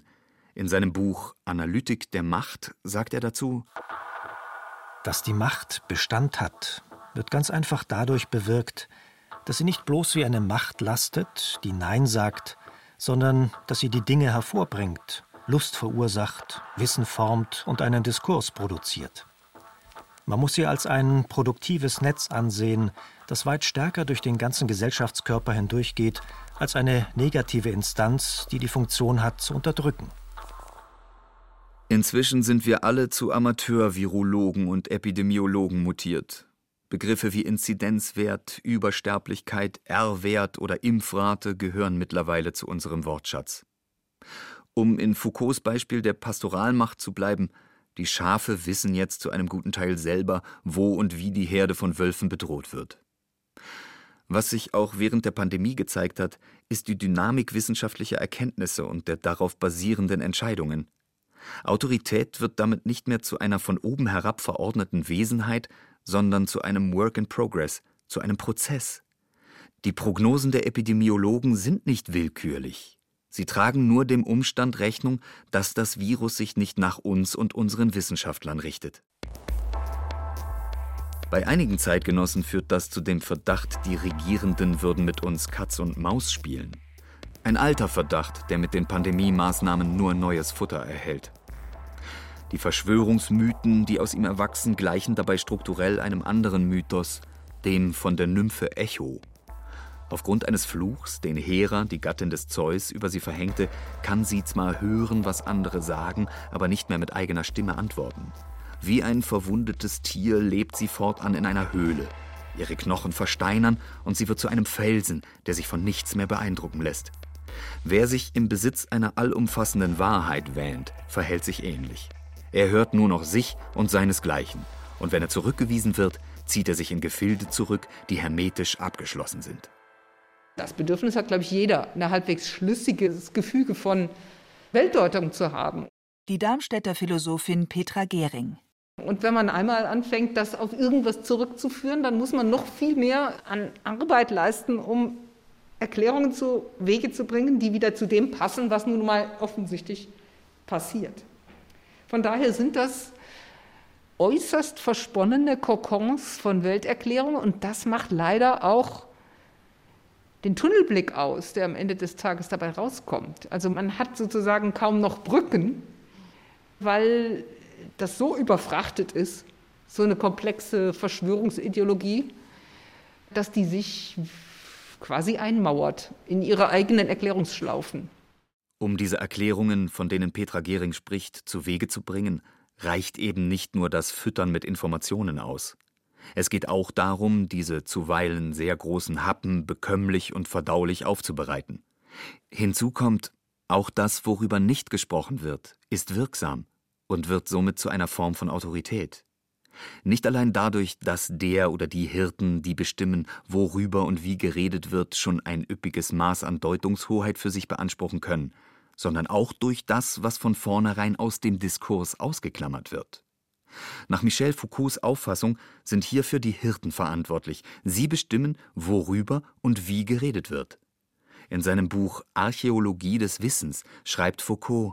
In seinem Buch Analytik der Macht sagt er dazu: Dass die Macht Bestand hat, wird ganz einfach dadurch bewirkt, dass sie nicht bloß wie eine Macht lastet, die Nein sagt, sondern dass sie die Dinge hervorbringt, Lust verursacht, Wissen formt und einen Diskurs produziert. Man muss sie als ein produktives Netz ansehen, das weit stärker durch den ganzen Gesellschaftskörper hindurchgeht, als eine negative Instanz, die die Funktion hat, zu unterdrücken. Inzwischen sind wir alle zu Amateur-Virologen und Epidemiologen mutiert. Begriffe wie Inzidenzwert, Übersterblichkeit, R-Wert oder Impfrate gehören mittlerweile zu unserem Wortschatz. Um in Foucaults Beispiel der Pastoralmacht zu bleiben: Die Schafe wissen jetzt zu einem guten Teil selber, wo und wie die Herde von Wölfen bedroht wird. Was sich auch während der Pandemie gezeigt hat, ist die Dynamik wissenschaftlicher Erkenntnisse und der darauf basierenden Entscheidungen. Autorität wird damit nicht mehr zu einer von oben herab verordneten Wesenheit, sondern zu einem Work in Progress, zu einem Prozess. Die Prognosen der Epidemiologen sind nicht willkürlich. Sie tragen nur dem Umstand Rechnung, dass das Virus sich nicht nach uns und unseren Wissenschaftlern richtet. Bei einigen Zeitgenossen führt das zu dem Verdacht, die Regierenden würden mit uns Katz und Maus spielen. Ein alter Verdacht, der mit den Pandemie-Maßnahmen nur neues Futter erhält. Die Verschwörungsmythen, die aus ihm erwachsen, gleichen dabei strukturell einem anderen Mythos, dem von der Nymphe Echo. Aufgrund eines Fluchs, den Hera, die Gattin des Zeus, über sie verhängte, kann sie zwar hören, was andere sagen, aber nicht mehr mit eigener Stimme antworten. Wie ein verwundetes Tier lebt sie fortan in einer Höhle. Ihre Knochen versteinern und sie wird zu einem Felsen, der sich von nichts mehr beeindrucken lässt. Wer sich im Besitz einer allumfassenden Wahrheit wähnt, verhält sich ähnlich. Er hört nur noch sich und seinesgleichen. Und wenn er zurückgewiesen wird, zieht er sich in Gefilde zurück, die hermetisch abgeschlossen sind. Das Bedürfnis hat, glaube ich, jeder, ein halbwegs schlüssiges Gefüge von Weltdeutung zu haben. Die Darmstädter Philosophin Petra Gehring. Und wenn man einmal anfängt, das auf irgendwas zurückzuführen, dann muss man noch viel mehr an Arbeit leisten, um Erklärungen zu Wege zu bringen, die wieder zu dem passen, was nun mal offensichtlich passiert. Von daher sind das äußerst versponnene Kokons von Welterklärungen und das macht leider auch den Tunnelblick aus, der am Ende des Tages dabei rauskommt. Also man hat sozusagen kaum noch Brücken, weil das so überfrachtet ist, so eine komplexe Verschwörungsideologie, dass die sich quasi einmauert in ihre eigenen Erklärungsschlaufen. Um diese Erklärungen, von denen Petra Gehring spricht, zu Wege zu bringen, reicht eben nicht nur das Füttern mit Informationen aus. Es geht auch darum, diese zuweilen sehr großen Happen bekömmlich und verdaulich aufzubereiten. Hinzu kommt, auch das, worüber nicht gesprochen wird, ist wirksam und wird somit zu einer Form von Autorität. Nicht allein dadurch, dass der oder die Hirten, die bestimmen, worüber und wie geredet wird, schon ein üppiges Maß an Deutungshoheit für sich beanspruchen können, sondern auch durch das, was von vornherein aus dem Diskurs ausgeklammert wird. Nach Michel Foucaults Auffassung sind hierfür die Hirten verantwortlich. Sie bestimmen, worüber und wie geredet wird. In seinem Buch Archäologie des Wissens schreibt Foucault: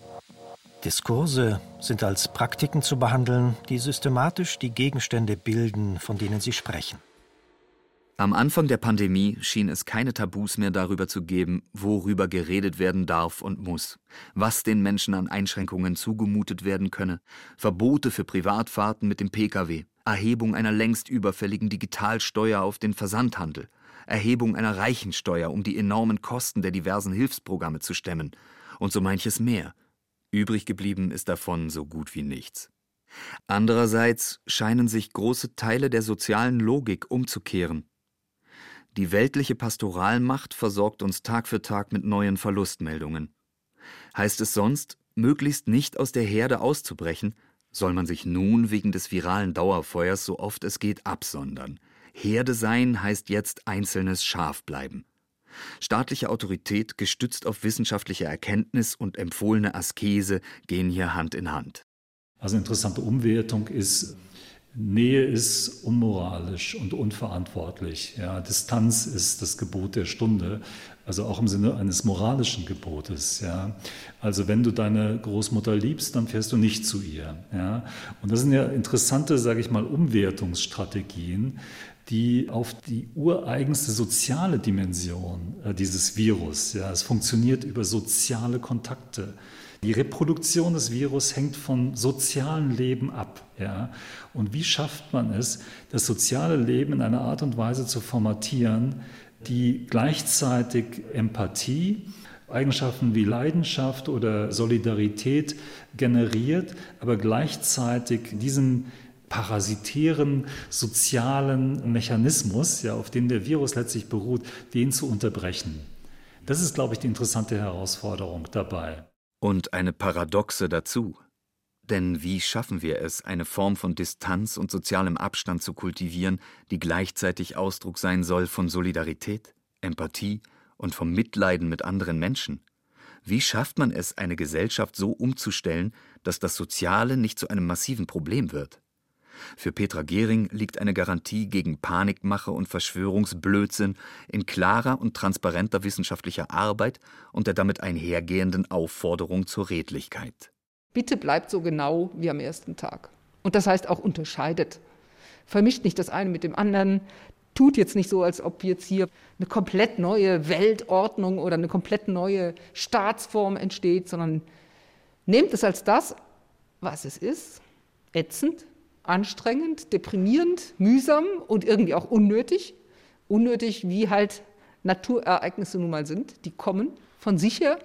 Diskurse sind als Praktiken zu behandeln, die systematisch die Gegenstände bilden, von denen sie sprechen. Am Anfang der Pandemie schien es keine Tabus mehr darüber zu geben, worüber geredet werden darf und muss, was den Menschen an Einschränkungen zugemutet werden könne, Verbote für Privatfahrten mit dem Pkw, Erhebung einer längst überfälligen Digitalsteuer auf den Versandhandel, Erhebung einer Reichensteuer, um die enormen Kosten der diversen Hilfsprogramme zu stemmen und so manches mehr. Übrig geblieben ist davon so gut wie nichts. Andererseits scheinen sich große Teile der sozialen Logik umzukehren. Die weltliche Pastoralmacht versorgt uns Tag für Tag mit neuen Verlustmeldungen. Heißt es sonst, möglichst nicht aus der Herde auszubrechen, soll man sich nun wegen des viralen Dauerfeuers so oft es geht absondern. Herde sein heißt jetzt einzelnes Schaf bleiben. Staatliche Autorität, gestützt auf wissenschaftliche Erkenntnis und empfohlene Askese, gehen hier Hand in Hand. Also eine interessante Umwertung ist: Nähe ist unmoralisch und unverantwortlich. Ja, Distanz ist das Gebot der Stunde. Also auch im Sinne eines moralischen Gebotes. Ja. Also wenn du deine Großmutter liebst, dann fährst du nicht zu ihr. Ja. Und das sind ja interessante, sage ich mal, Umwertungsstrategien, die auf die ureigenste soziale Dimension äh, dieses Virus, ja, es funktioniert über soziale Kontakte. Die Reproduktion des Virus hängt vom sozialen Leben ab. Ja. Und wie schafft man es, das soziale Leben in einer Art und Weise zu formatieren, die gleichzeitig Empathie, Eigenschaften wie Leidenschaft oder Solidarität generiert, aber gleichzeitig diesen parasitären sozialen Mechanismus, ja, auf dem der Virus letztlich beruht, den zu unterbrechen. Das ist, glaube ich, die interessante Herausforderung dabei. Und eine Paradoxe dazu. Denn wie schaffen wir es, eine Form von Distanz und sozialem Abstand zu kultivieren, die gleichzeitig Ausdruck sein soll von Solidarität, Empathie und vom Mitleiden mit anderen Menschen? Wie schafft man es, eine Gesellschaft so umzustellen, dass das Soziale nicht zu einem massiven Problem wird? Für Petra Gehring liegt eine Garantie gegen Panikmache und Verschwörungsblödsinn in klarer und transparenter wissenschaftlicher Arbeit und der damit einhergehenden Aufforderung zur Redlichkeit. Bitte bleibt so genau wie am ersten Tag. Und das heißt auch unterscheidet. Vermischt nicht das eine mit dem anderen. Tut jetzt nicht so, als ob jetzt hier eine komplett neue Weltordnung oder eine komplett neue Staatsform entsteht, sondern nehmt es als das, was es ist. Ätzend, anstrengend, deprimierend, mühsam und irgendwie auch unnötig. Unnötig, wie halt Naturereignisse nun mal sind. Die kommen von sich her.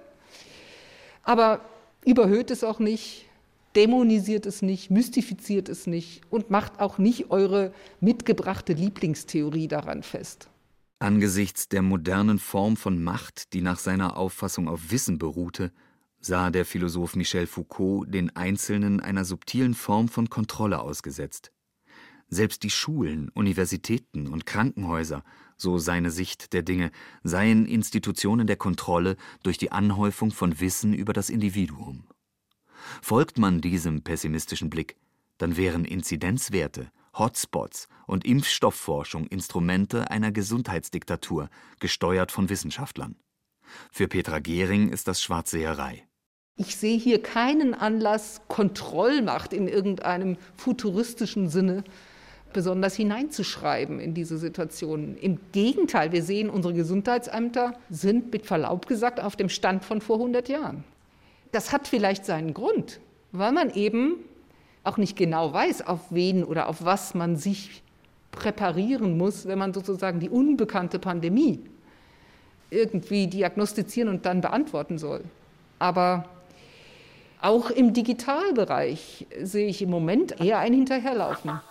Aber überhöht es auch nicht, dämonisiert es nicht, mystifiziert es nicht und macht auch nicht eure mitgebrachte Lieblingstheorie daran fest. Angesichts der modernen Form von Macht, die nach seiner Auffassung auf Wissen beruhte, sah der Philosoph Michel Foucault den Einzelnen einer subtilen Form von Kontrolle ausgesetzt. Selbst die Schulen, Universitäten und Krankenhäuser, so seine Sicht der Dinge, seien Institutionen der Kontrolle durch die Anhäufung von Wissen über das Individuum. Folgt man diesem pessimistischen Blick, dann wären Inzidenzwerte, Hotspots und Impfstoffforschung Instrumente einer Gesundheitsdiktatur, gesteuert von Wissenschaftlern. Für Petra Gehring ist das Schwarzseherei. Ich sehe hier keinen Anlass, Kontrollmacht in irgendeinem futuristischen Sinne besonders hineinzuschreiben in diese Situationen. Im Gegenteil, wir sehen, unsere Gesundheitsämter sind mit Verlaub gesagt auf dem Stand von vor hundert Jahren. Das hat vielleicht seinen Grund, weil man eben auch nicht genau weiß, auf wen oder auf was man sich präparieren muss, wenn man sozusagen die unbekannte Pandemie irgendwie diagnostizieren und dann beantworten soll. Aber auch im Digitalbereich sehe ich im Moment eher ein Hinterherlaufen.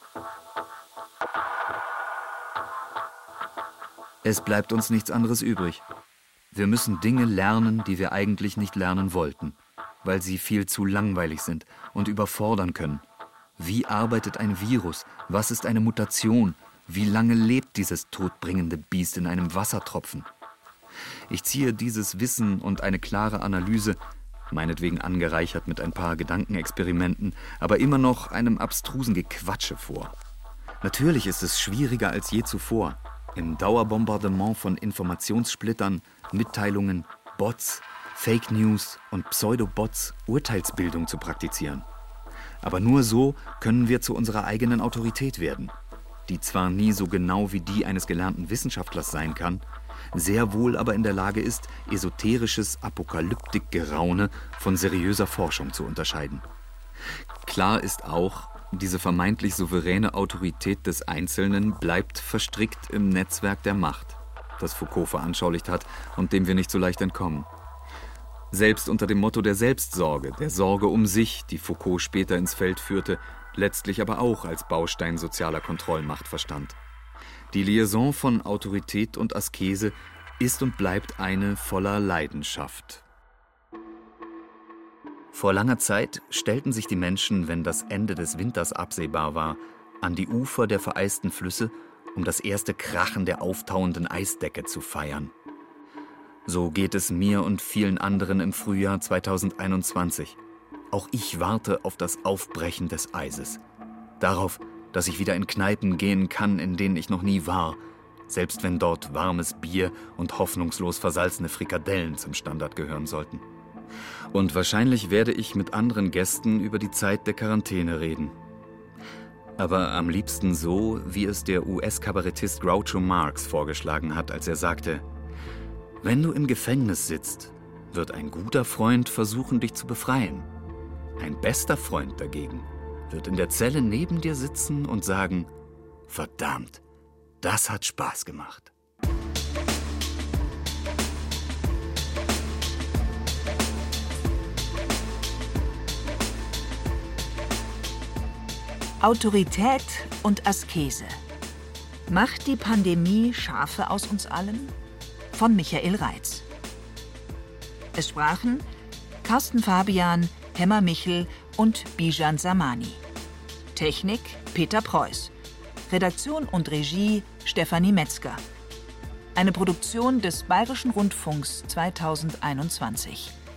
Es bleibt uns nichts anderes übrig. Wir müssen Dinge lernen, die wir eigentlich nicht lernen wollten, weil sie viel zu langweilig sind und überfordern können. Wie arbeitet ein Virus? Was ist eine Mutation? Wie lange lebt dieses todbringende Biest in einem Wassertropfen? Ich ziehe dieses Wissen und eine klare Analyse, meinetwegen angereichert mit ein paar Gedankenexperimenten, aber immer noch einem abstrusen Gequatsche vor. Natürlich ist es schwieriger als je zuvor, im Dauerbombardement von Informationssplittern, Mitteilungen, Bots, Fake News und Pseudobots Urteilsbildung zu praktizieren. Aber nur so können wir zu unserer eigenen Autorität werden, die zwar nie so genau wie die eines gelernten Wissenschaftlers sein kann, sehr wohl aber in der Lage ist, esoterisches Apokalyptik-Geraune von seriöser Forschung zu unterscheiden. Klar ist auch, diese vermeintlich souveräne Autorität des Einzelnen bleibt verstrickt im Netzwerk der Macht, das Foucault veranschaulicht hat und dem wir nicht so leicht entkommen. Selbst unter dem Motto der Selbstsorge, der Sorge um sich, die Foucault später ins Feld führte, letztlich aber auch als Baustein sozialer Kontrollmacht verstand. Die Liaison von Autorität und Askese ist und bleibt eine voller Leidenschaft. Vor langer Zeit stellten sich die Menschen, wenn das Ende des Winters absehbar war, an die Ufer der vereisten Flüsse, um das erste Krachen der auftauenden Eisdecke zu feiern. So geht es mir und vielen anderen im Frühjahr zweitausendeinundzwanzig. Auch ich warte auf das Aufbrechen des Eises. Darauf, dass ich wieder in Kneipen gehen kann, in denen ich noch nie war. selbst wenn dort warmes Bier und hoffnungslos versalzene Frikadellen zum Standard gehören sollten. Und wahrscheinlich werde ich mit anderen Gästen über die Zeit der Quarantäne reden. Aber am liebsten so, wie es der U S-Kabarettist Groucho Marx vorgeschlagen hat, als er sagte: Wenn du im Gefängnis sitzt, wird ein guter Freund versuchen, dich zu befreien. Ein bester Freund dagegen wird in der Zelle neben dir sitzen und sagen: Verdammt, das hat Spaß gemacht. Autorität und Askese. Macht die Pandemie Schafe aus uns allen? Von Michael Reitz. Es sprachen Carsten Fabian, Hemmer Michel und Bijan Samani. Technik Peter Preuß. Redaktion und Regie Stefanie Metzger. Eine Produktion des Bayerischen Rundfunks zweitausendeinundzwanzig.